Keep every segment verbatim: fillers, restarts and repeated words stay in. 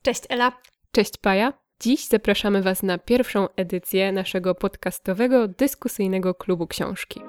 Cześć Ela. Cześć Paja. Dziś zapraszamy Was na pierwszą edycję naszego podcastowego, dyskusyjnego klubu książki.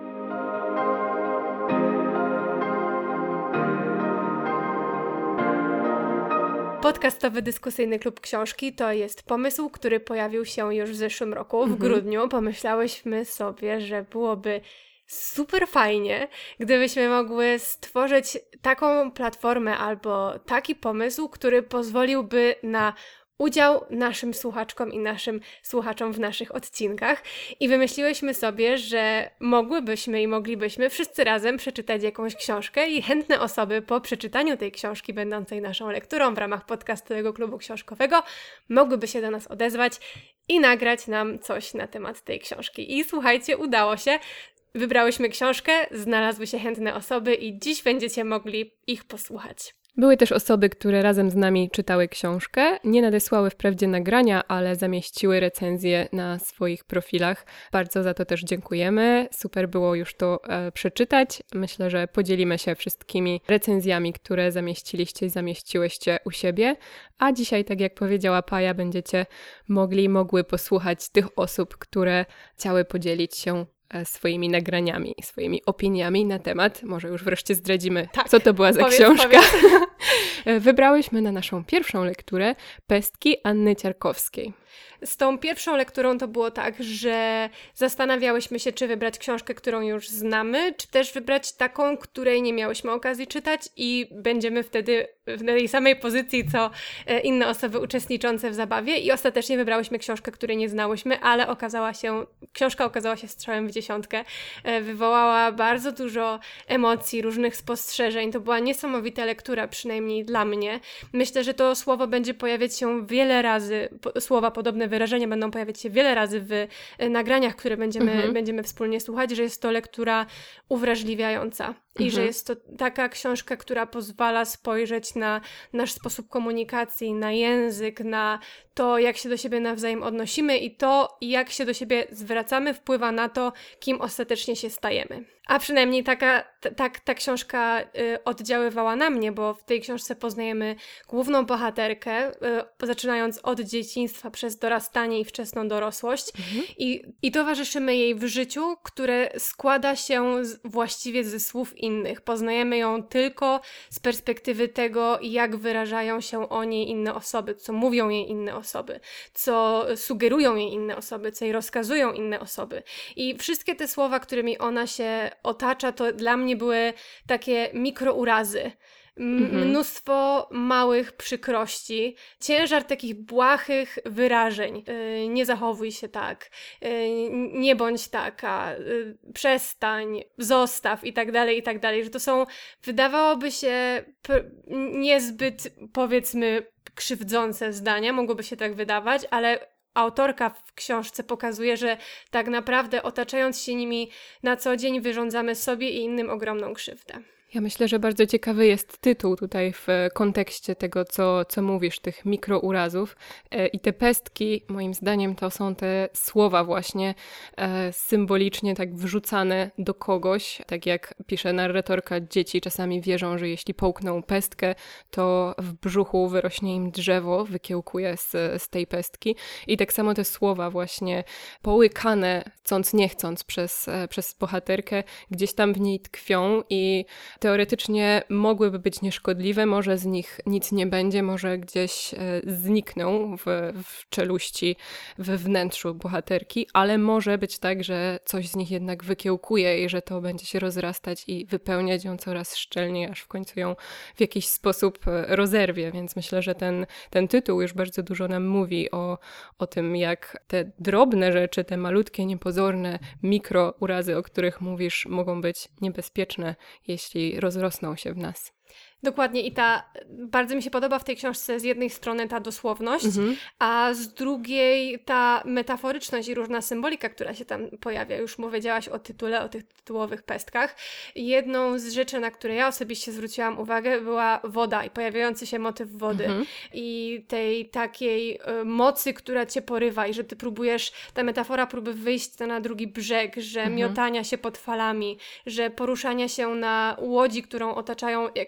Podcastowy dyskusyjny klub książki to jest pomysł, który pojawił się już w zeszłym roku, w mhm. grudniu. Pomyślałyśmy sobie, że byłoby super fajnie, gdybyśmy mogły stworzyć taką platformę albo taki pomysł, który pozwoliłby na udział naszym słuchaczkom i naszym słuchaczom w naszych odcinkach. I wymyśliłyśmy sobie, że mogłybyśmy i moglibyśmy wszyscy razem przeczytać jakąś książkę i chętne osoby po przeczytaniu tej książki, będącej naszą lekturą w ramach podcastowego klubu książkowego, mogłyby się do nas odezwać i nagrać nam coś na temat tej książki. I słuchajcie, udało się. Wybrałyśmy książkę, znalazły się chętne osoby i dziś będziecie mogli ich posłuchać. Były też osoby, które razem z nami czytały książkę. Nie nadesłały wprawdzie nagrania, ale zamieściły recenzje na swoich profilach. Bardzo za to też dziękujemy. Super było już to e, przeczytać. Myślę, że podzielimy się wszystkimi recenzjami, które zamieściliście i zamieściłyście u siebie. A dzisiaj, tak jak powiedziała Paja, będziecie mogli, mogły posłuchać tych osób, które chciały podzielić się swoimi nagraniami, swoimi opiniami na temat. Może już wreszcie zdradzimy, tak, co to była za powiedz, książka. Powiedz. Wybrałyśmy na naszą pierwszą lekturę Pestki Anny Ciarkowskiej. Z tą pierwszą lekturą to było tak, że zastanawiałyśmy się, czy wybrać książkę, którą już znamy, czy też wybrać taką, której nie miałyśmy okazji czytać i będziemy wtedy w tej samej pozycji, co inne osoby uczestniczące w zabawie. I ostatecznie wybrałyśmy książkę, której nie znałyśmy, ale okazała się, książka okazała się strzałem w dziesiątkę. Wywołała bardzo dużo emocji, różnych spostrzeżeń. To była niesamowita lektura, przynajmniej dla mnie. Myślę, że to słowo będzie pojawiać się wiele razy, słowa podobne wyrażenia będą pojawiać się wiele razy w nagraniach, które będziemy, mhm. będziemy wspólnie słuchać, że jest to lektura uwrażliwiająca i mhm. że jest to taka książka, która pozwala spojrzeć na nasz sposób komunikacji, na język, na to, jak się do siebie nawzajem odnosimy i to, jak się do siebie zwracamy, wpływa na to, kim ostatecznie się stajemy. A przynajmniej taka, t- tak ta książka y, oddziaływała na mnie, bo w tej książce poznajemy główną bohaterkę, y, zaczynając od dzieciństwa przez dorastanie i wczesną dorosłość mhm. i, i towarzyszymy jej w życiu, które składa się z, właściwie ze słów innych. Poznajemy ją tylko z perspektywy tego, jak wyrażają się o niej inne osoby, co mówią jej inne osoby, co sugerują jej inne osoby, co jej rozkazują inne osoby. I wszystkie te słowa, którymi ona się otacza, to dla mnie były takie mikrourazy. M- mhm. Mnóstwo małych przykrości, ciężar takich błahych wyrażeń. Yy, nie zachowuj się tak, yy, nie bądź taka, yy, przestań, zostaw i tak dalej, i tak dalej. Że to są, wydawałoby się p- niezbyt, powiedzmy, krzywdzące zdania, mogłoby się tak wydawać, ale autorka w książce pokazuje, że tak naprawdę otaczając się nimi na co dzień wyrządzamy sobie i innym ogromną krzywdę. Ja myślę, że bardzo ciekawy jest tytuł tutaj w kontekście tego, co, co mówisz, tych mikrourazów. I te pestki, moim zdaniem, to są te słowa właśnie e, symbolicznie tak wrzucane do kogoś. Tak jak pisze narratorka, dzieci czasami wierzą, że jeśli połkną pestkę, to w brzuchu wyrośnie im drzewo, wykiełkuje z, z tej pestki. I tak samo te słowa właśnie połykane, chcąc nie chcąc, przez, przez bohaterkę, gdzieś tam w niej tkwią i teoretycznie mogłyby być nieszkodliwe, może z nich nic nie będzie, może gdzieś e, znikną w, w czeluści, we wnętrzu bohaterki, ale może być tak, że coś z nich jednak wykiełkuje i że to będzie się rozrastać i wypełniać ją coraz szczelniej, aż w końcu ją w jakiś sposób rozerwie, więc myślę, że ten, ten tytuł już bardzo dużo nam mówi o, o tym, jak te drobne rzeczy, te malutkie, niepozorne mikrourazy, o których mówisz, mogą być niebezpieczne, jeśli rozrosną się w nas. Dokładnie i ta, bardzo mi się podoba w tej książce z jednej strony ta dosłowność, mhm. a z drugiej ta metaforyczność i różna symbolika, która się tam pojawia. Już powiedziałaś o tytule, o tych tytułowych pestkach. Jedną z rzeczy, na które ja osobiście zwróciłam uwagę, była woda i pojawiający się motyw wody mhm. i tej takiej y, mocy, która cię porywa i że ty próbujesz, ta metafora próby wyjść na drugi brzeg, że mhm. miotania się pod falami, że poruszania się na łodzi, którą otaczają jak zewsząd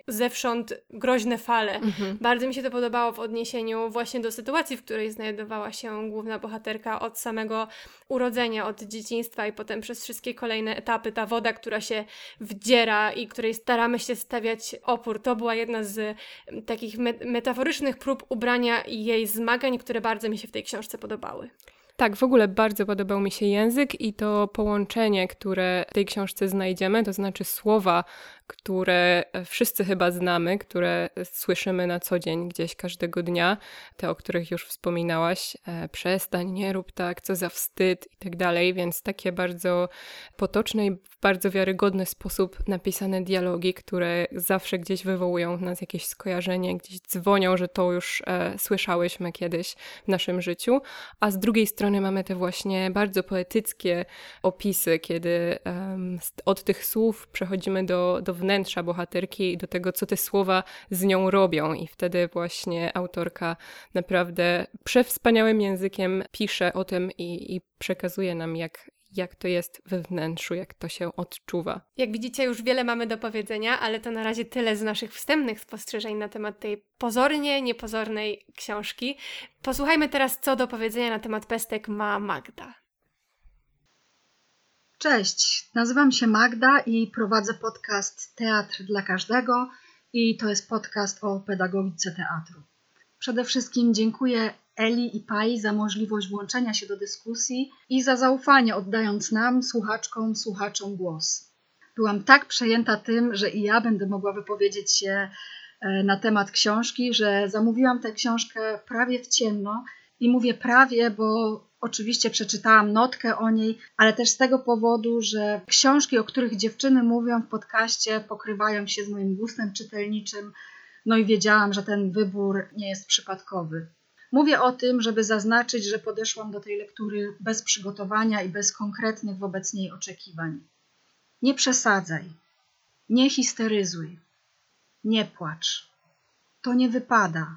zewsząd groźne fale. Mhm. Bardzo mi się to podobało w odniesieniu właśnie do sytuacji, w której znajdowała się główna bohaterka od samego urodzenia, od dzieciństwa i potem przez wszystkie kolejne etapy. Ta woda, która się wdziera i której staramy się stawiać opór. To była jedna z takich me- metaforycznych prób ubrania jej zmagań, które bardzo mi się w tej książce podobały. Tak, w ogóle bardzo podobał mi się język i to połączenie, które w tej książce znajdziemy, to znaczy słowa, które wszyscy chyba znamy, które słyszymy na co dzień, gdzieś każdego dnia, te, o których już wspominałaś, e, przestań, nie rób tak, co za wstyd i tak dalej, więc takie bardzo potoczne i w bardzo wiarygodny sposób napisane dialogi, które zawsze gdzieś wywołują w nas jakieś skojarzenie, gdzieś dzwonią, że to już e, słyszałyśmy kiedyś w naszym życiu, a z drugiej strony mamy te właśnie bardzo poetyckie opisy, kiedy um, od tych słów przechodzimy do, do wnętrza bohaterki i do tego, co te słowa z nią robią i wtedy właśnie autorka naprawdę przewspaniałym językiem pisze o tym i, i przekazuje nam, jak, jak to jest we wnętrzu, jak to się odczuwa. Jak widzicie, już wiele mamy do powiedzenia, ale to na razie tyle z naszych wstępnych spostrzeżeń na temat tej pozornie niepozornej książki. Posłuchajmy teraz, co do powiedzenia na temat pestek ma Magda. Cześć, nazywam się Magda i prowadzę podcast Teatr dla Każdego i to jest podcast o pedagogice teatru. Przede wszystkim dziękuję Eli i Pai za możliwość włączenia się do dyskusji i za zaufanie, oddając nam, słuchaczkom, słuchaczom głos. Byłam tak przejęta tym, że i ja będę mogła wypowiedzieć się na temat książki, że zamówiłam tę książkę prawie w ciemno i mówię prawie, bo oczywiście przeczytałam notkę o niej, ale też z tego powodu, że książki, o których dziewczyny mówią w podcaście, pokrywają się z moim gustem czytelniczym, no i wiedziałam, że ten wybór nie jest przypadkowy. Mówię o tym, żeby zaznaczyć, że podeszłam do tej lektury bez przygotowania i bez konkretnych wobec niej oczekiwań. Nie przesadzaj, nie histeryzuj, nie płacz. To nie wypada.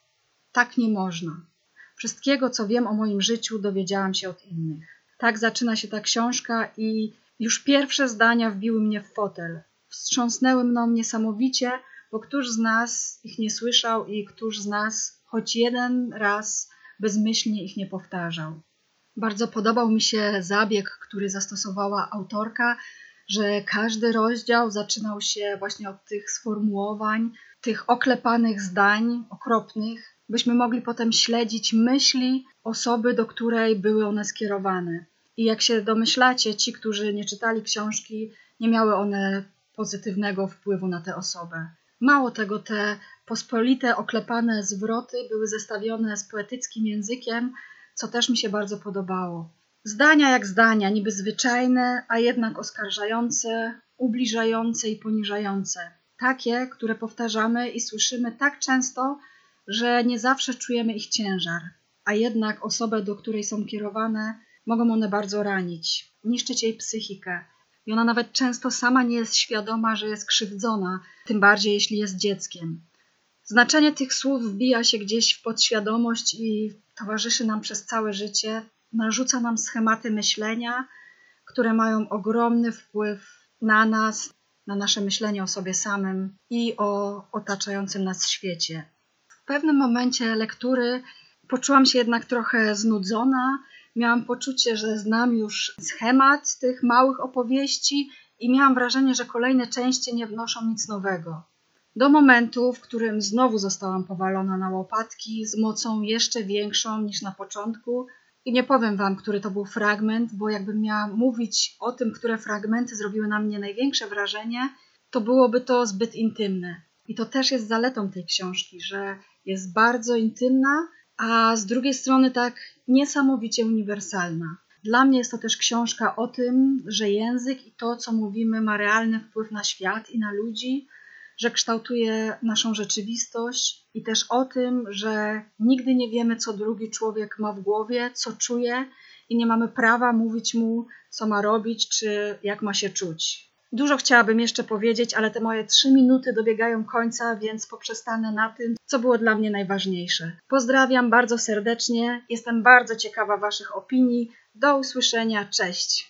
Tak nie można. Wszystkiego, co wiem o moim życiu, dowiedziałam się od innych. Tak zaczyna się ta książka i już pierwsze zdania wbiły mnie w fotel. Wstrząsnęły mną niesamowicie, bo któż z nas ich nie słyszał i któż z nas choć jeden raz bezmyślnie ich nie powtarzał. Bardzo podobał mi się zabieg, który zastosowała autorka, że każdy rozdział zaczynał się właśnie od tych sformułowań, tych oklepanych zdań, okropnych, byśmy mogli potem śledzić myśli osoby, do której były one skierowane. I jak się domyślacie, ci, którzy nie czytali książki, nie miały one pozytywnego wpływu na tę osobę. Mało tego, te pospolite, oklepane zwroty były zestawione z poetyckim językiem, co też mi się bardzo podobało. Zdania jak zdania, niby zwyczajne, a jednak oskarżające, ubliżające i poniżające. Takie, które powtarzamy i słyszymy tak często, że nie zawsze czujemy ich ciężar, a jednak osobę, do której są kierowane, mogą one bardzo ranić, niszczyć jej psychikę. I ona nawet często sama nie jest świadoma, że jest krzywdzona, tym bardziej jeśli jest dzieckiem. Znaczenie tych słów wbija się gdzieś w podświadomość i towarzyszy nam przez całe życie, narzuca nam schematy myślenia, które mają ogromny wpływ na nas, na nasze myślenie o sobie samym i o otaczającym nas świecie. W pewnym momencie lektury poczułam się jednak trochę znudzona. Miałam poczucie, że znam już schemat tych małych opowieści i miałam wrażenie, że kolejne części nie wnoszą nic nowego. Do momentu, w którym znowu zostałam powalona na łopatki z mocą jeszcze większą niż na początku. I nie powiem wam, który to był fragment, bo jakbym miała mówić o tym, które fragmenty zrobiły na mnie największe wrażenie, to byłoby to zbyt intymne. I to też jest zaletą tej książki, że jest bardzo intymna, a z drugiej strony tak niesamowicie uniwersalna. Dla mnie jest to też książka o tym, że język i to, co mówimy, ma realny wpływ na świat i na ludzi, że kształtuje naszą rzeczywistość i też o tym, że nigdy nie wiemy, co drugi człowiek ma w głowie, co czuje i nie mamy prawa mówić mu, co ma robić, czy jak ma się czuć. Dużo chciałabym jeszcze powiedzieć, ale te moje trzy minuty dobiegają końca, więc poprzestanę na tym, co było dla mnie najważniejsze. Pozdrawiam bardzo serdecznie, jestem bardzo ciekawa waszych opinii. Do usłyszenia, cześć!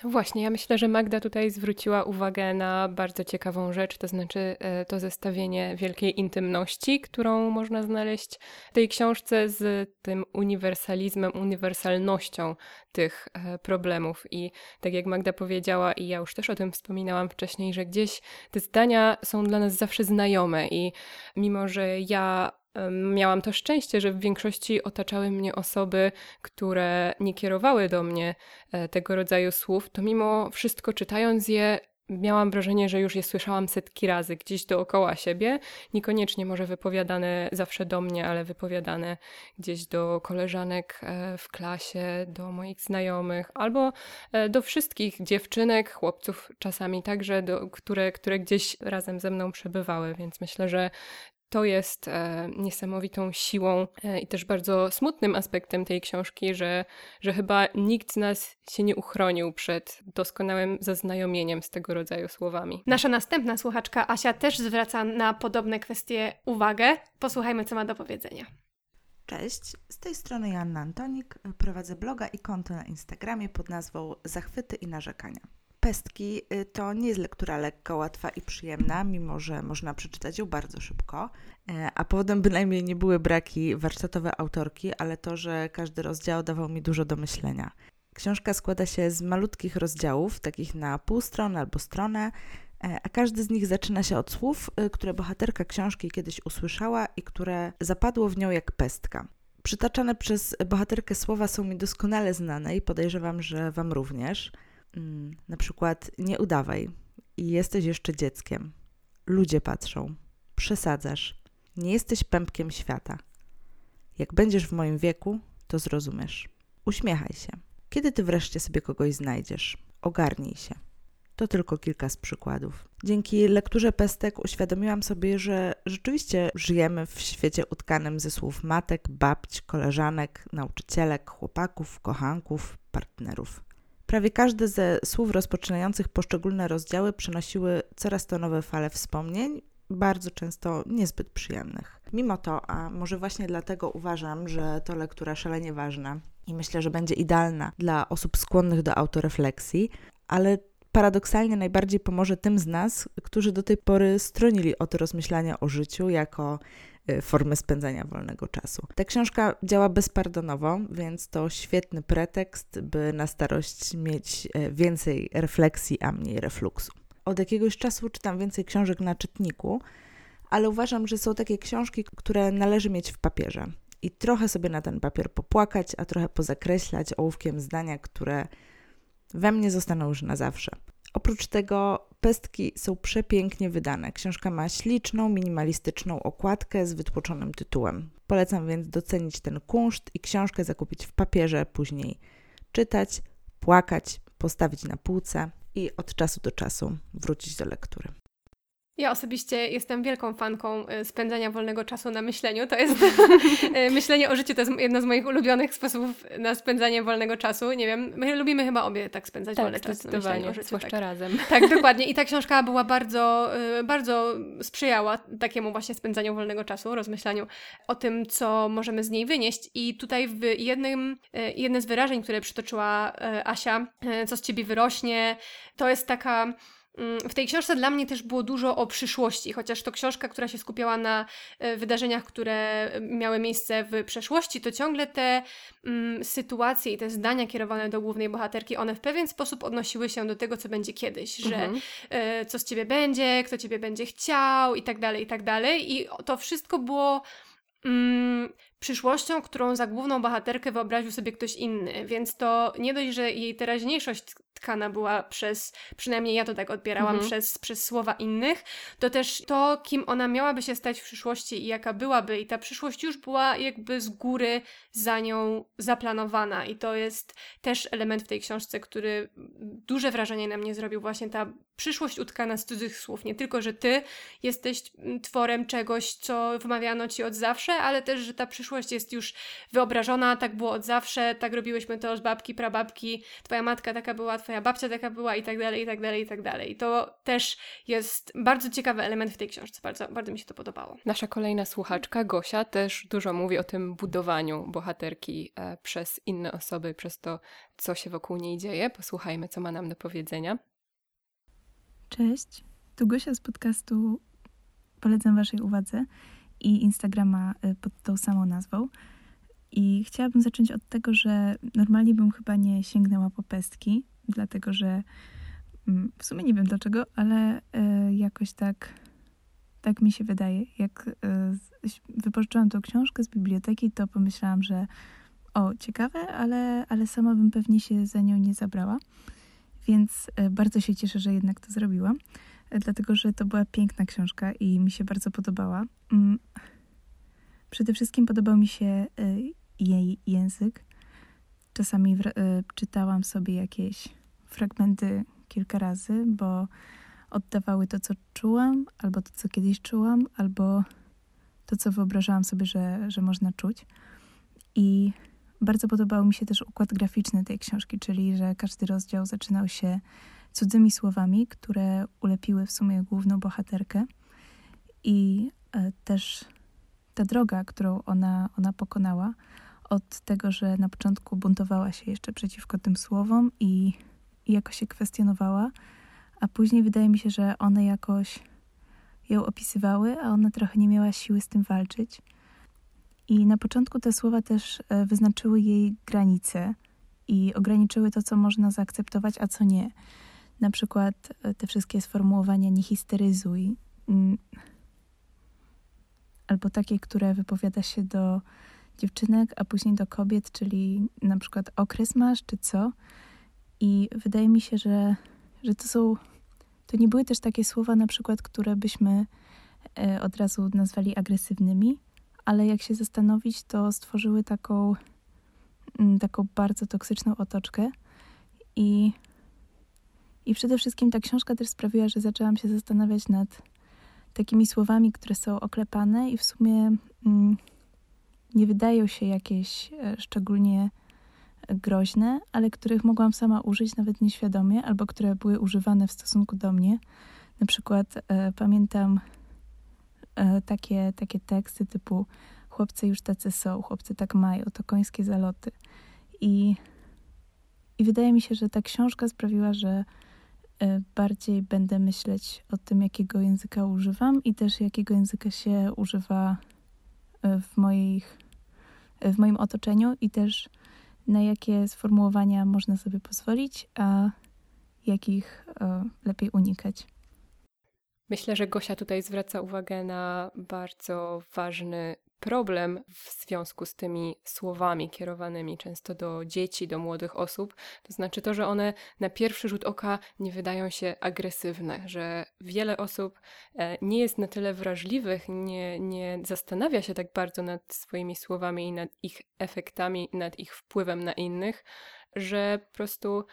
Właśnie, ja myślę, że Magda tutaj zwróciła uwagę na bardzo ciekawą rzecz, to znaczy e, to zestawienie wielkiej intymności, którą można znaleźć w tej książce z tym uniwersalizmem, uniwersalnością tych e, problemów. I tak jak Magda powiedziała, i ja już też o tym wspominałam wcześniej, że gdzieś te zdania są dla nas zawsze znajome i mimo, że ja miałam to szczęście, że w większości otaczały mnie osoby, które nie kierowały do mnie tego rodzaju słów, to mimo wszystko czytając je miałam wrażenie, że już je słyszałam setki razy gdzieś dookoła siebie, niekoniecznie może wypowiadane zawsze do mnie, ale wypowiadane gdzieś do koleżanek w klasie, do moich znajomych albo do wszystkich dziewczynek, chłopców czasami także, do, które, które gdzieś razem ze mną przebywały, więc myślę, że to jest e, niesamowitą siłą e, i też bardzo smutnym aspektem tej książki, że, że chyba nikt z nas się nie uchronił przed doskonałym zaznajomieniem z tego rodzaju słowami. Nasza następna słuchaczka Asia też zwraca na podobne kwestie uwagę. Posłuchajmy, co ma do powiedzenia. Cześć, z tej strony Joanna Antonik, prowadzę bloga i konto na Instagramie pod nazwą Zachwyty i narzekania. Pestki to nie jest lektura lekka, łatwa i przyjemna, mimo że można przeczytać ją bardzo szybko, a powodem bynajmniej nie były braki warsztatowe autorki, ale to, że każdy rozdział dawał mi dużo do myślenia. Książka składa się z malutkich rozdziałów, takich na pół strony albo stronę, a każdy z nich zaczyna się od słów, które bohaterka książki kiedyś usłyszała i które zapadło w nią jak pestka. Przytaczane przez bohaterkę słowa są mi doskonale znane i podejrzewam, że Wam również. Hmm, na przykład nie udawaj i jesteś jeszcze dzieckiem. Ludzie patrzą. Przesadzasz. Nie jesteś pępkiem świata. Jak będziesz w moim wieku, to zrozumiesz. Uśmiechaj się. Kiedy ty wreszcie sobie kogoś znajdziesz? Ogarnij się. To tylko kilka z przykładów. Dzięki lekturze pestek uświadomiłam sobie, że rzeczywiście żyjemy w świecie utkanym ze słów matek, babć, koleżanek, nauczycielek, chłopaków, kochanków, partnerów. Prawie każde ze słów rozpoczynających poszczególne rozdziały przynosiły coraz to nowe fale wspomnień, bardzo często niezbyt przyjemnych. Mimo to, a może właśnie dlatego uważam, że to lektura szalenie ważna i myślę, że będzie idealna dla osób skłonnych do autorefleksji, ale paradoksalnie najbardziej pomoże tym z nas, którzy do tej pory stronili od rozmyślania o życiu jako formy spędzania wolnego czasu. Ta książka działa bezpardonowo, więc to świetny pretekst, by na starość mieć więcej refleksji, a mniej refluksu. Od jakiegoś czasu czytam więcej książek na czytniku, ale uważam, że są takie książki, które należy mieć w papierze i trochę sobie na ten papier popłakać, a trochę pozakreślać ołówkiem zdania, które we mnie zostaną już na zawsze. Oprócz tego pestki są przepięknie wydane. Książka ma śliczną, minimalistyczną okładkę z wytłoczonym tytułem. Polecam więc docenić ten kunszt i książkę zakupić w papierze, później czytać, płakać, postawić na półce i od czasu do czasu wrócić do lektury. Ja osobiście jestem wielką fanką spędzania wolnego czasu na myśleniu. To jest myślenie o życiu, to jest jedno z moich ulubionych sposobów na spędzanie wolnego czasu. Nie wiem, my lubimy chyba obie tak spędzać tak, wolny czas na myślenie o życiu. Zwłaszcza tak. razem. Tak, dokładnie. I ta książka była bardzo, bardzo sprzyjała takiemu właśnie spędzaniu wolnego czasu, rozmyślaniu o tym, co możemy z niej wynieść. I tutaj w jednym, jedne z wyrażeń, które przytoczyła Asia, co z ciebie wyrośnie, to jest taka... W tej książce dla mnie też było dużo o przyszłości, chociaż to książka, która się skupiała na wydarzeniach, które miały miejsce w przeszłości, to ciągle te mm, sytuacje i te zdania kierowane do głównej bohaterki, one w pewien sposób odnosiły się do tego, co będzie kiedyś, mhm. że y, co z ciebie będzie, kto ciebie będzie chciał i tak dalej, i tak dalej. I to wszystko było... Mm, przyszłością, którą za główną bohaterkę wyobraził sobie ktoś inny, więc to nie dość, że jej teraźniejszość tkana była przez, przynajmniej ja to tak odbierałam, mhm. przez, przez słowa innych, to też to, kim ona miałaby się stać w przyszłości i jaka byłaby, i ta przyszłość już była jakby z góry za nią zaplanowana i to jest też element w tej książce, który duże wrażenie na mnie zrobił, właśnie ta przyszłość utkana z cudzych słów, nie tylko, że ty jesteś tworem czegoś, co wymawiano ci od zawsze, ale też, że ta przyszłość jest już wyobrażona, tak było od zawsze, tak robiłyśmy to z babki, prababki, twoja matka taka była, twoja twoja babcia taka była i tak dalej, i tak dalej, i tak dalej. I to też jest bardzo ciekawy element w tej książce, bardzo, bardzo mi się to podobało. Nasza kolejna słuchaczka, Gosia, też dużo mówi o tym budowaniu bohaterki e, przez inne osoby, przez to, co się wokół niej dzieje. Posłuchajmy, co ma nam do powiedzenia. Cześć, tu Gosia z podcastu Polecam waszej uwadze i Instagrama pod tą samą nazwą. I chciałabym zacząć od tego, że normalnie bym chyba nie sięgnęła po pestki, dlatego że w sumie nie wiem dlaczego, ale jakoś tak, tak mi się wydaje. Jak wypożyczyłam tą książkę z biblioteki, to pomyślałam, że o, ciekawe, ale, ale sama bym pewnie się za nią nie zabrała. Więc bardzo się cieszę, że jednak to zrobiłam, dlatego że to była piękna książka i mi się bardzo podobała. Przede wszystkim podobał mi się jej język. Czasami czytałam sobie jakieś fragmenty kilka razy, bo oddawały to, co czułam, albo to, co kiedyś czułam, albo to, co wyobrażałam sobie, że, że można czuć. I bardzo podobał mi się też układ graficzny tej książki, czyli że każdy rozdział zaczynał się cudzymi słowami, które ulepiły w sumie główną bohaterkę. I e, też ta droga, którą ona, ona pokonała, od tego, że na początku buntowała się jeszcze przeciwko tym słowom i, i jakoś się kwestionowała, a później wydaje mi się, że one jakoś ją opisywały, a ona trochę nie miała siły z tym walczyć. I na początku te słowa też wyznaczyły jej granice i ograniczyły to, co można zaakceptować, a co nie. Na przykład te wszystkie sformułowania nie histeryzuj, albo takie, które wypowiada się do dziewczynek, a później do kobiet, czyli na przykład okres masz, czy co. I wydaje mi się, że, że to są, to nie były też takie słowa na przykład, które byśmy od razu nazwali agresywnymi, ale jak się zastanowić, to stworzyły taką, taką bardzo toksyczną otoczkę i, i przede wszystkim ta książka też sprawiła, że zaczęłam się zastanawiać nad takimi słowami, które są oklepane i w sumie mm, nie wydają się jakieś e, szczególnie groźne, ale których mogłam sama użyć nawet nieświadomie, albo które były używane w stosunku do mnie. Na przykład e, pamiętam e, takie, takie teksty typu chłopcy już tacy są, chłopcy tak mają, to końskie zaloty. I, i wydaje mi się, że ta książka sprawiła, że bardziej będę myśleć o tym, jakiego języka używam i też jakiego języka się używa w, moich, w moim otoczeniu i też na jakie sformułowania można sobie pozwolić, a jakich lepiej unikać. Myślę, że Gosia tutaj zwraca uwagę na bardzo ważny problem w związku z tymi słowami kierowanymi często do dzieci, do młodych osób. To znaczy to, że one na pierwszy rzut oka nie wydają się agresywne, że wiele osób nie jest na tyle wrażliwych, nie, nie zastanawia się tak bardzo nad swoimi słowami i nad ich efektami, nad ich wpływem na innych, że po prostu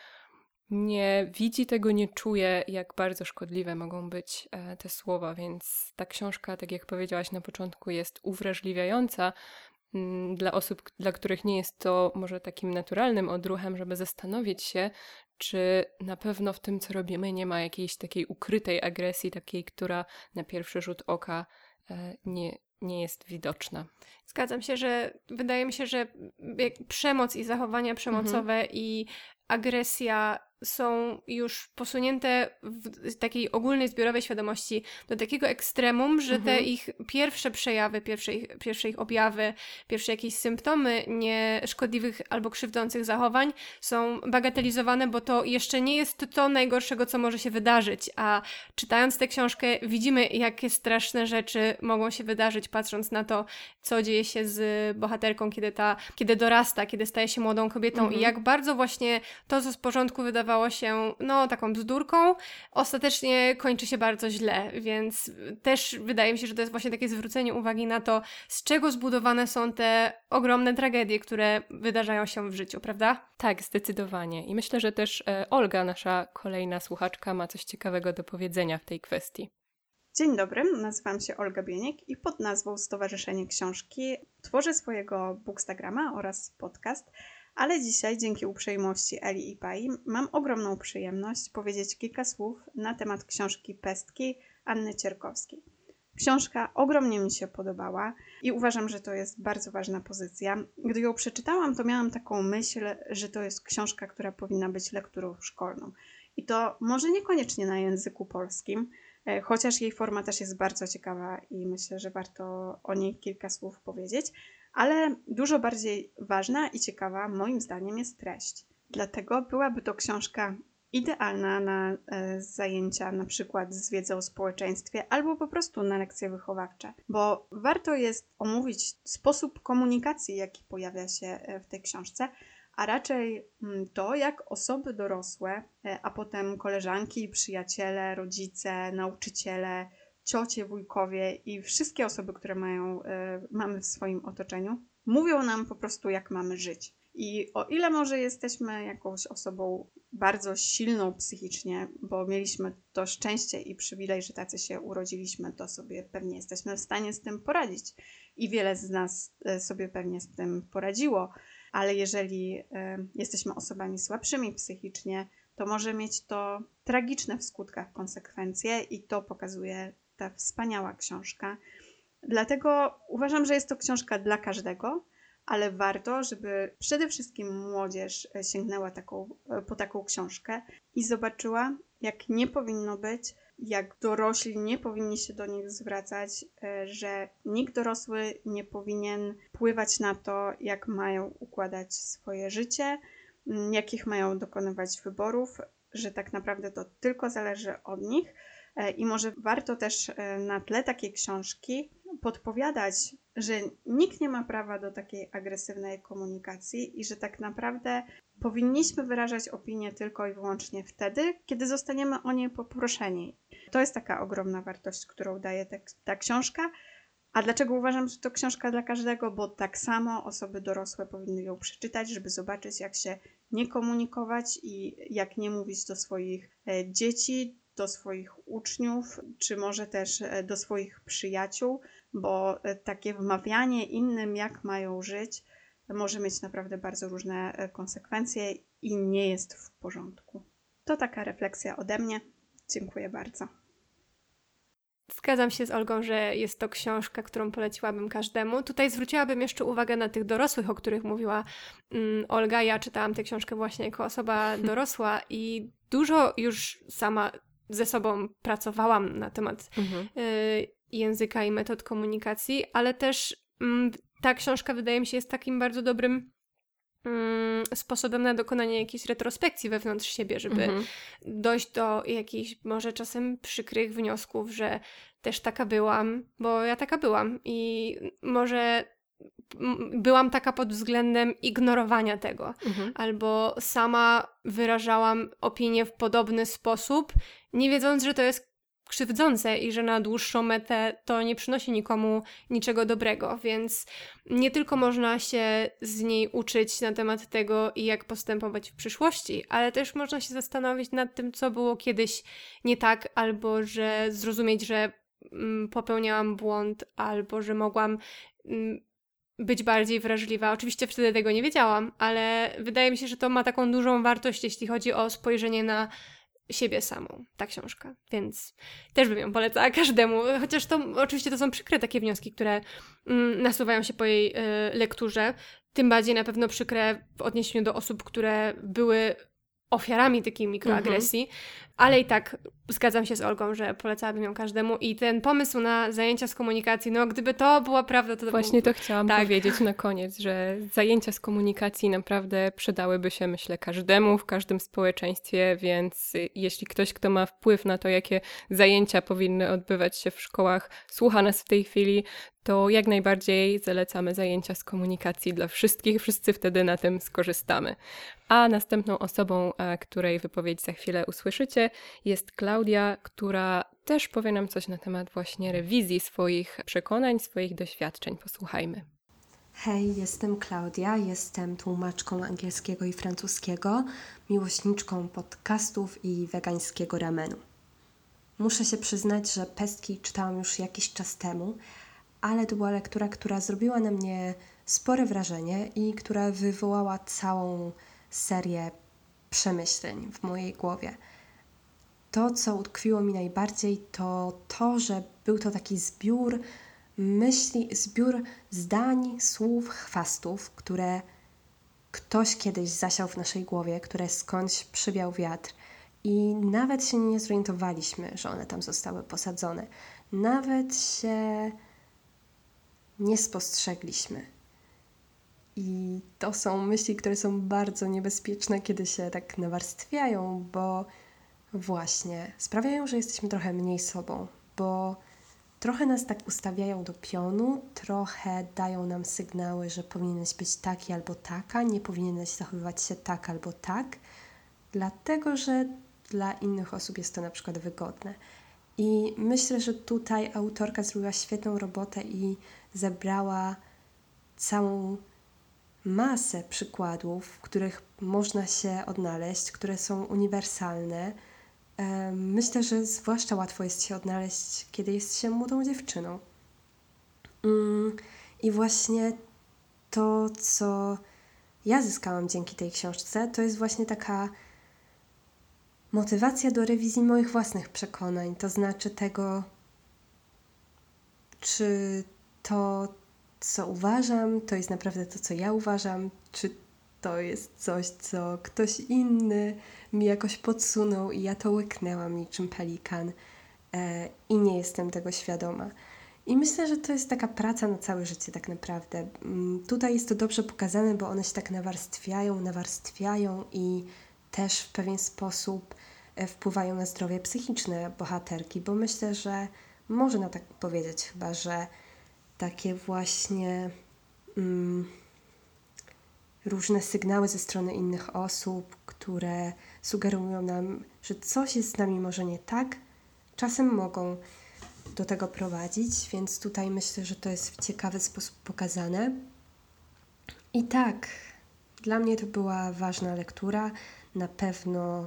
nie widzi tego, nie czuje, jak bardzo szkodliwe mogą być e, te słowa, więc ta książka, tak jak powiedziałaś na początku, jest uwrażliwiająca m, dla osób, dla których nie jest to może takim naturalnym odruchem, żeby zastanowić się, czy na pewno w tym, co robimy, nie ma jakiejś takiej ukrytej agresji, takiej, która na pierwszy rzut oka e, nie, nie jest widoczna. Zgadzam się, że wydaje mi się, że przemoc i zachowania przemocowe mhm. i agresja są już posunięte w takiej ogólnej, zbiorowej świadomości do takiego ekstremum, że mhm. te ich pierwsze przejawy, pierwsze ich, pierwsze ich objawy, pierwsze jakieś symptomy nieszkodliwych albo krzywdzących zachowań są bagatelizowane, bo to jeszcze nie jest to najgorszego, co może się wydarzyć, a czytając tę książkę widzimy, jakie straszne rzeczy mogą się wydarzyć, patrząc na to, co dzieje się z bohaterką, kiedy ta, kiedy dorasta, kiedy staje się młodą kobietą mhm. i jak bardzo właśnie to, co z początku wydawało się no taką bzdurką, ostatecznie kończy się bardzo źle, więc też wydaje mi się, że to jest właśnie takie zwrócenie uwagi na to, z czego zbudowane są te ogromne tragedie, które wydarzają się w życiu, prawda? Tak, zdecydowanie. I myślę, że też e, Olga, nasza kolejna słuchaczka, ma coś ciekawego do powiedzenia w tej kwestii. Dzień dobry, nazywam się Olga Bieniek i pod nazwą Stowarzyszenie Książki tworzę swojego bookstagrama oraz podcast, ale dzisiaj dzięki uprzejmości Eli i Pai mam ogromną przyjemność powiedzieć kilka słów na temat książki Pestki Anny Cierkowskiej. Książka ogromnie mi się podobała i uważam, że to jest bardzo ważna pozycja. Gdy ją przeczytałam, to miałam taką myśl, że to jest książka, która powinna być lekturą szkolną. I to może niekoniecznie na języku polskim, chociaż jej forma też jest bardzo ciekawa i myślę, że warto o niej kilka słów powiedzieć, ale dużo bardziej ważna i ciekawa moim zdaniem jest treść. Dlatego byłaby to książka idealna na e, zajęcia na przykład z wiedzą o społeczeństwie albo po prostu na lekcje wychowawcze, bo warto jest omówić sposób komunikacji, jaki pojawia się w tej książce, a raczej to, jak osoby dorosłe, a potem koleżanki, przyjaciele, rodzice, nauczyciele, ciocie, wujkowie i wszystkie osoby, które mają, mamy w swoim otoczeniu, mówią nam po prostu, jak mamy żyć. I o ile może jesteśmy jakąś osobą bardzo silną psychicznie, bo mieliśmy to szczęście i przywilej, że tacy się urodziliśmy, to sobie pewnie jesteśmy w stanie z tym poradzić. I wiele z nas sobie pewnie z tym poradziło. Ale jeżeli y, jesteśmy osobami słabszymi psychicznie, to może mieć to tragiczne w skutkach konsekwencje i to pokazuje ta wspaniała książka. Dlatego uważam, że jest to książka dla każdego, ale warto, żeby przede wszystkim młodzież sięgnęła taką, po taką książkę i zobaczyła, jak nie powinno być, jak dorośli nie powinni się do nich zwracać, że nikt dorosły nie powinien wpływać na to, jak mają układać swoje życie, jakich mają dokonywać wyborów, że tak naprawdę to tylko zależy od nich i może warto też na tle takiej książki podpowiadać, że nikt nie ma prawa do takiej agresywnej komunikacji i że tak naprawdę powinniśmy wyrażać opinię tylko i wyłącznie wtedy, kiedy zostaniemy o nie poproszeni. To jest taka ogromna wartość, którą daje ta, ta książka. A dlaczego uważam, że to książka dla każdego? Bo tak samo osoby dorosłe powinny ją przeczytać, żeby zobaczyć, jak się nie komunikować i jak nie mówić do swoich dzieci, do swoich uczniów, czy może też do swoich przyjaciół, bo takie wmawianie innym, jak mają żyć, może mieć naprawdę bardzo różne konsekwencje i nie jest w porządku. To taka refleksja ode mnie. Dziękuję bardzo. Zgadzam się z Olgą, że jest to książka, którą poleciłabym każdemu. Tutaj zwróciłabym jeszcze uwagę na tych dorosłych, o których mówiła um, Olga. Ja czytałam tę książkę właśnie jako osoba dorosła i dużo już sama ze sobą pracowałam na temat mhm. y, języka i metod komunikacji, ale też y, ta książka wydaje mi się jest takim bardzo dobrym y, sposobem na dokonanie jakiejś retrospekcji wewnątrz siebie, żeby mhm. dojść do jakichś może czasem przykrych wniosków, że też taka byłam, bo ja taka byłam i może byłam taka pod względem ignorowania tego, mhm. albo sama wyrażałam opinię w podobny sposób, nie wiedząc, że to jest krzywdzące i że na dłuższą metę to nie przynosi nikomu niczego dobrego, więc nie tylko można się z niej uczyć na temat tego i jak postępować w przyszłości, ale też można się zastanowić nad tym, co było kiedyś nie tak, albo że zrozumieć, że mm, popełniałam błąd, albo że mogłam mm, być bardziej wrażliwa. Oczywiście wtedy tego nie wiedziałam, ale wydaje mi się, że to ma taką dużą wartość, jeśli chodzi o spojrzenie na siebie samą, ta książka, więc też bym ją polecała każdemu, chociaż to oczywiście to są przykre takie wnioski, które mm, nasuwają się po jej y, lekturze, tym bardziej na pewno przykre w odniesieniu do osób, które były ofiarami takiej mikroagresji, mhm. ale i tak zgadzam się z Olgą, że polecałabym ją każdemu i ten pomysł na zajęcia z komunikacji, no gdyby to była prawda, to... Właśnie był... to chciałam tak. powiedzieć na koniec, że zajęcia z komunikacji naprawdę przydałyby się, myślę, każdemu, w każdym społeczeństwie, więc jeśli ktoś, kto ma wpływ na to, jakie zajęcia powinny odbywać się w szkołach, słucha nas w tej chwili, to jak najbardziej zalecamy zajęcia z komunikacji dla wszystkich, wszyscy wtedy na tym skorzystamy. A następną osobą, której wypowiedź za chwilę usłyszycie, jest Klaudia, która też powie nam coś na temat właśnie rewizji swoich przekonań, swoich doświadczeń. Posłuchajmy. Hej, jestem Klaudia, jestem tłumaczką angielskiego i francuskiego, miłośniczką podcastów i wegańskiego ramenu. Muszę się przyznać, że Pestki czytałam już jakiś czas temu, ale to była lektura, która zrobiła na mnie spore wrażenie i która wywołała całą serię przemyśleń w mojej głowie. To, co utkwiło mi najbardziej, to to, że był to taki zbiór myśli, zbiór zdań, słów, chwastów, które ktoś kiedyś zasiał w naszej głowie, które skądś przywiał wiatr i nawet się nie zorientowaliśmy, że one tam zostały posadzone. Nawet się nie spostrzegliśmy. I to są myśli, które są bardzo niebezpieczne, kiedy się tak nawarstwiają, bo właśnie sprawiają, że jesteśmy trochę mniej sobą, bo trochę nas tak ustawiają do pionu, trochę dają nam sygnały, że powinieneś być taki albo taka, nie powinieneś zachowywać się tak albo tak, dlatego że dla innych osób jest to na przykład wygodne. I myślę, że tutaj autorka zrobiła świetną robotę i zebrała całą masę przykładów, w których można się odnaleźć, które są uniwersalne. Myślę, że zwłaszcza łatwo jest się odnaleźć, kiedy jest się młodą dziewczyną. I właśnie to, co ja zyskałam dzięki tej książce, to jest właśnie taka motywacja do rewizji moich własnych przekonań, to znaczy tego, czy to, co uważam, to jest naprawdę to, co ja uważam, czy to jest coś, co ktoś inny mi jakoś podsunął i ja to łyknęłam niczym pelikan e, i nie jestem tego świadoma. I myślę, że to jest taka praca na całe życie tak naprawdę. Tutaj jest to dobrze pokazane, bo one się tak nawarstwiają, nawarstwiają i też w pewien sposób wpływają na zdrowie psychiczne bohaterki, bo myślę, że można tak powiedzieć chyba, że takie właśnie mm, różne sygnały ze strony innych osób, które sugerują nam, że coś jest z nami może nie tak, czasem mogą do tego prowadzić, więc tutaj myślę, że to jest w ciekawy sposób pokazane. I tak, dla mnie to była ważna lektura, na pewno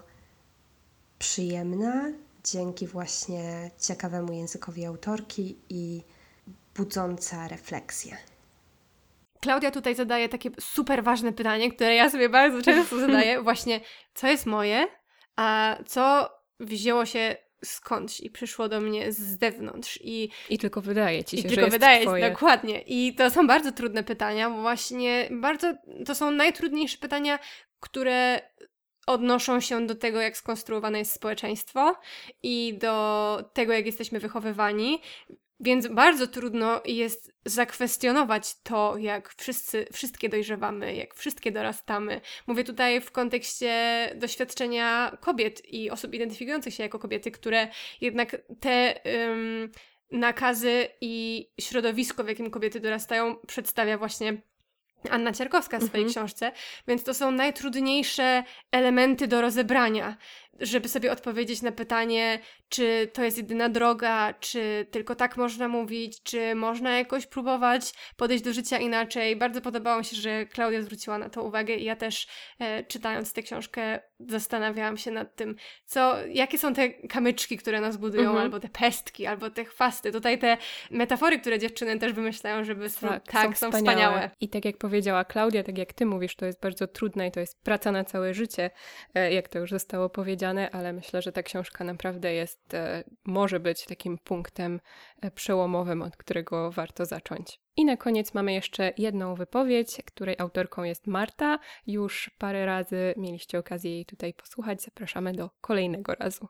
przyjemna, dzięki właśnie ciekawemu językowi autorki i budząca refleksję. Klaudia tutaj zadaje takie super ważne pytanie, które ja sobie bardzo często zadaję. Właśnie, co jest moje, a co wzięło się skądś i przyszło do mnie z zewnątrz. I, I tylko wydaje ci się, i że tylko jest wydaje twoje. się, dokładnie. I to są bardzo trudne pytania, bo właśnie bardzo, to są najtrudniejsze pytania, które odnoszą się do tego, jak skonstruowane jest społeczeństwo i do tego, jak jesteśmy wychowywani. Więc bardzo trudno jest zakwestionować to, jak wszyscy, wszystkie dojrzewamy, jak wszystkie dorastamy. Mówię tutaj w kontekście doświadczenia kobiet i osób identyfikujących się jako kobiety, które jednak te um, nakazy i środowisko, w jakim kobiety dorastają, przedstawia właśnie Anna Ciarkowska w swojej mhm. książce, więc to są najtrudniejsze elementy do rozebrania, żeby sobie odpowiedzieć na pytanie, czy to jest jedyna droga, czy tylko tak można mówić, czy można jakoś próbować podejść do życia inaczej. Bardzo podobało mi się, że Klaudia zwróciła na to uwagę i ja też e, czytając tę książkę zastanawiałam się nad tym, co, jakie są te kamyczki, które nas budują, mhm. albo te pestki, albo te chwasty. Tutaj te metafory, które dziewczyny też wymyślają, żeby są, tak, tak, są, są wspaniałe. wspaniałe. I tak jak powiedziała Klaudia, tak jak ty mówisz, to jest bardzo trudne i to jest praca na całe życie, e, jak to już zostało powiedziane, ale myślę, że ta książka naprawdę jest, e, może być takim punktem e, przełomowym, od którego warto zacząć. I na koniec mamy jeszcze jedną wypowiedź, której autorką jest Marta. Już parę razy mieliście okazję jej tutaj posłuchać. Zapraszamy do kolejnego razu.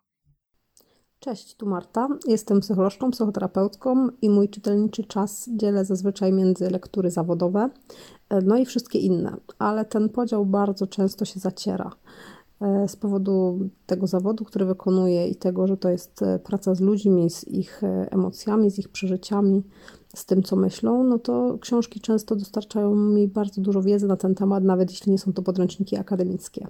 Cześć, tu Marta. Jestem psycholożką, psychoterapeutką i mój czytelniczy czas dzielę zazwyczaj między lektury zawodowe, no i wszystkie inne, ale ten podział bardzo często się zaciera. Z powodu tego zawodu, który wykonuję i tego, że to jest praca z ludźmi, z ich emocjami, z ich przeżyciami, z tym, co myślą, no to książki często dostarczają mi bardzo dużo wiedzy na ten temat, nawet jeśli nie są to podręczniki akademickie.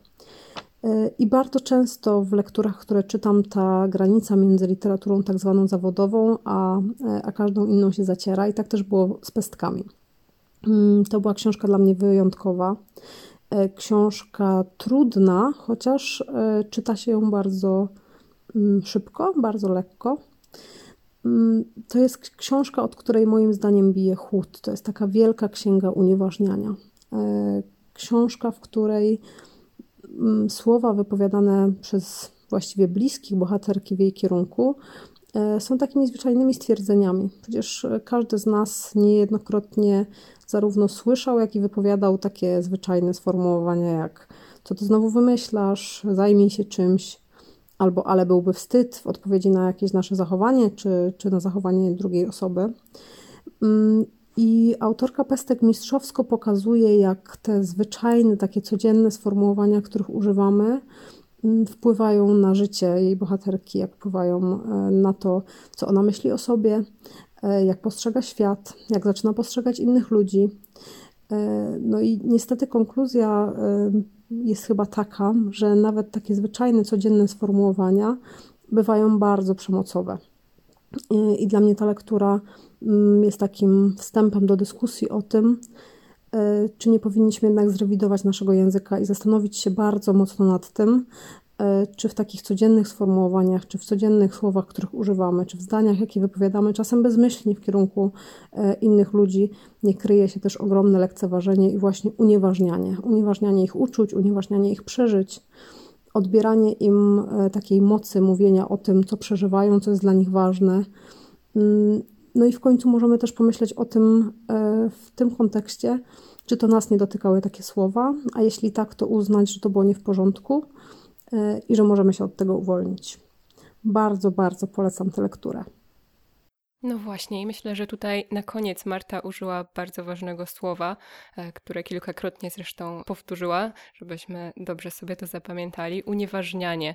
I bardzo często w lekturach, które czytam, ta granica między literaturą tak zwaną zawodową, a, a każdą inną się zaciera i tak też było z pestkami. To była książka dla mnie wyjątkowa. Książka trudna, chociaż czyta się ją bardzo szybko, bardzo lekko. To jest książka, od której moim zdaniem bije chłód. To jest taka wielka księga unieważniania. Książka, w której słowa wypowiadane przez właściwie bliskich bohaterki w jej kierunku są takimi zwyczajnymi stwierdzeniami. Przecież każdy z nas niejednokrotnie zarówno słyszał, jak i wypowiadał takie zwyczajne sformułowania jak co ty znowu wymyślasz, zajmij się czymś, albo ale byłby wstyd w odpowiedzi na jakieś nasze zachowanie, czy, czy na zachowanie drugiej osoby. I autorka Pestek mistrzowsko pokazuje, jak te zwyczajne, takie codzienne sformułowania, których używamy, wpływają na życie jej bohaterki, jak wpływają na to, co ona myśli o sobie, jak postrzega świat, jak zaczyna postrzegać innych ludzi. No i niestety konkluzja jest chyba taka, że nawet takie zwyczajne, codzienne sformułowania bywają bardzo przemocowe. I dla mnie ta lektura jest takim wstępem do dyskusji o tym, czy nie powinniśmy jednak zrewidować naszego języka i zastanowić się bardzo mocno nad tym, czy w takich codziennych sformułowaniach, czy w codziennych słowach, których używamy, czy w zdaniach, jakie wypowiadamy, czasem bezmyślnie w kierunku innych ludzi, nie kryje się też ogromne lekceważenie i właśnie unieważnianie. Unieważnianie ich uczuć, unieważnianie ich przeżyć, odbieranie im takiej mocy mówienia o tym, co przeżywają, co jest dla nich ważne. No i w końcu możemy też pomyśleć o tym w tym kontekście, czy to nas nie dotykały takie słowa, a jeśli tak, to uznać, że to było nie w porządku i że możemy się od tego uwolnić. Bardzo, bardzo polecam tę lekturę. No właśnie i myślę, że tutaj na koniec Marta użyła bardzo ważnego słowa, które kilkakrotnie zresztą powtórzyła, żebyśmy dobrze sobie to zapamiętali. Unieważnianie.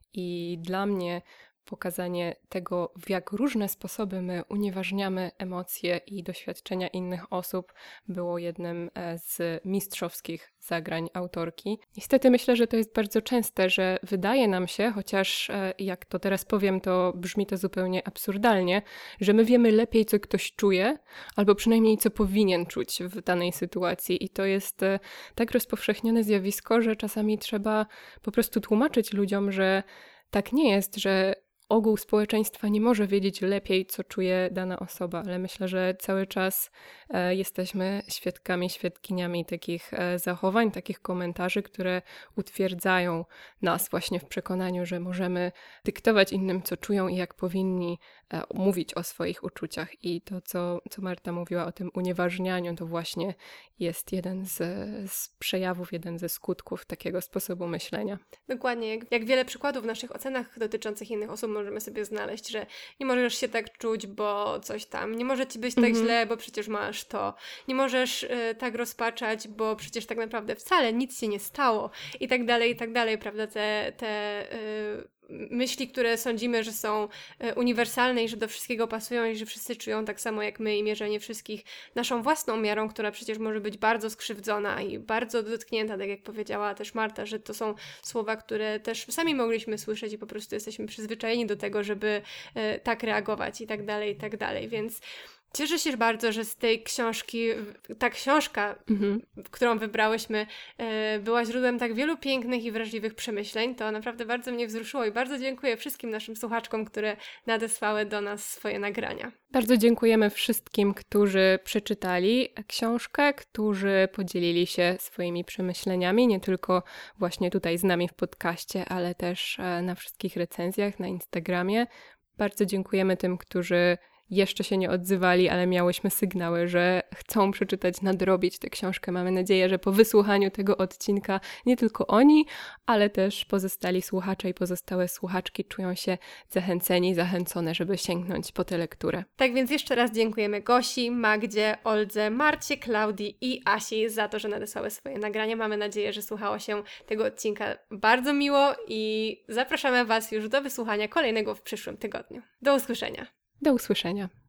I dla mnie pokazanie tego, w jak różne sposoby my unieważniamy emocje i doświadczenia innych osób, było jednym z mistrzowskich zagrań autorki. Niestety myślę, że to jest bardzo częste, że wydaje nam się, chociaż jak to teraz powiem, to brzmi to zupełnie absurdalnie, że my wiemy lepiej, co ktoś czuje, albo przynajmniej co powinien czuć w danej sytuacji. I to jest tak rozpowszechnione zjawisko, że czasami trzeba po prostu tłumaczyć ludziom, że tak nie jest, że ogół społeczeństwa nie może wiedzieć lepiej, co czuje dana osoba, ale myślę, że cały czas e, jesteśmy świadkami, świadkiniami takich e, zachowań, takich komentarzy, które utwierdzają nas właśnie w przekonaniu, że możemy dyktować innym, co czują i jak powinni e, mówić o swoich uczuciach. I to, co, co Marta mówiła o tym unieważnianiu, to właśnie jest jeden z, z przejawów, jeden ze skutków takiego sposobu myślenia. Dokładnie, jak, jak wiele przykładów w naszych ocenach dotyczących innych osób możemy sobie znaleźć, że nie możesz się tak czuć, bo coś tam, nie może ci być tak Mhm. źle, bo przecież masz to, nie możesz y, tak rozpaczać, bo przecież tak naprawdę wcale nic się nie stało i tak dalej, i tak dalej, prawda, te, te y, myśli, które sądzimy, że są y, uniwersalne i że do wszystkiego pasują i że wszyscy czują tak samo jak my i mierzenie wszystkich naszą własną miarą, która przecież może być bardzo skrzywdzona i bardzo dotknięta, tak jak powiedziała też Marta, że to są słowa, które też sami mogliśmy słyszeć i po prostu jesteśmy przyzwyczajeni do tego, żeby y, tak reagować i tak dalej, i tak dalej, więc cieszę się bardzo, że z tej książki, ta książka, Mhm. którą wybrałyśmy, e, była źródłem tak wielu pięknych i wrażliwych przemyśleń. To naprawdę bardzo mnie wzruszyło i bardzo dziękuję wszystkim naszym słuchaczkom, które nadesłały do nas swoje nagrania. Bardzo dziękujemy wszystkim, którzy przeczytali książkę, którzy podzielili się swoimi przemyśleniami, nie tylko właśnie tutaj z nami w podcaście, ale też e, na wszystkich recenzjach na Instagramie. Bardzo dziękujemy tym, którzy jeszcze się nie odzywali, ale miałyśmy sygnały, że chcą przeczytać, nadrobić tę książkę. Mamy nadzieję, że po wysłuchaniu tego odcinka nie tylko oni, ale też pozostali słuchacze i pozostałe słuchaczki czują się zachęceni, zachęcone, żeby sięgnąć po tę lekturę. Tak więc jeszcze raz dziękujemy Gosi, Magdzie, Oldze, Marcie, Klaudii i Asi za to, że nadesłały swoje nagrania. Mamy nadzieję, że słuchało się tego odcinka bardzo miło i zapraszamy Was już do wysłuchania kolejnego w przyszłym tygodniu. Do usłyszenia. Do usłyszenia.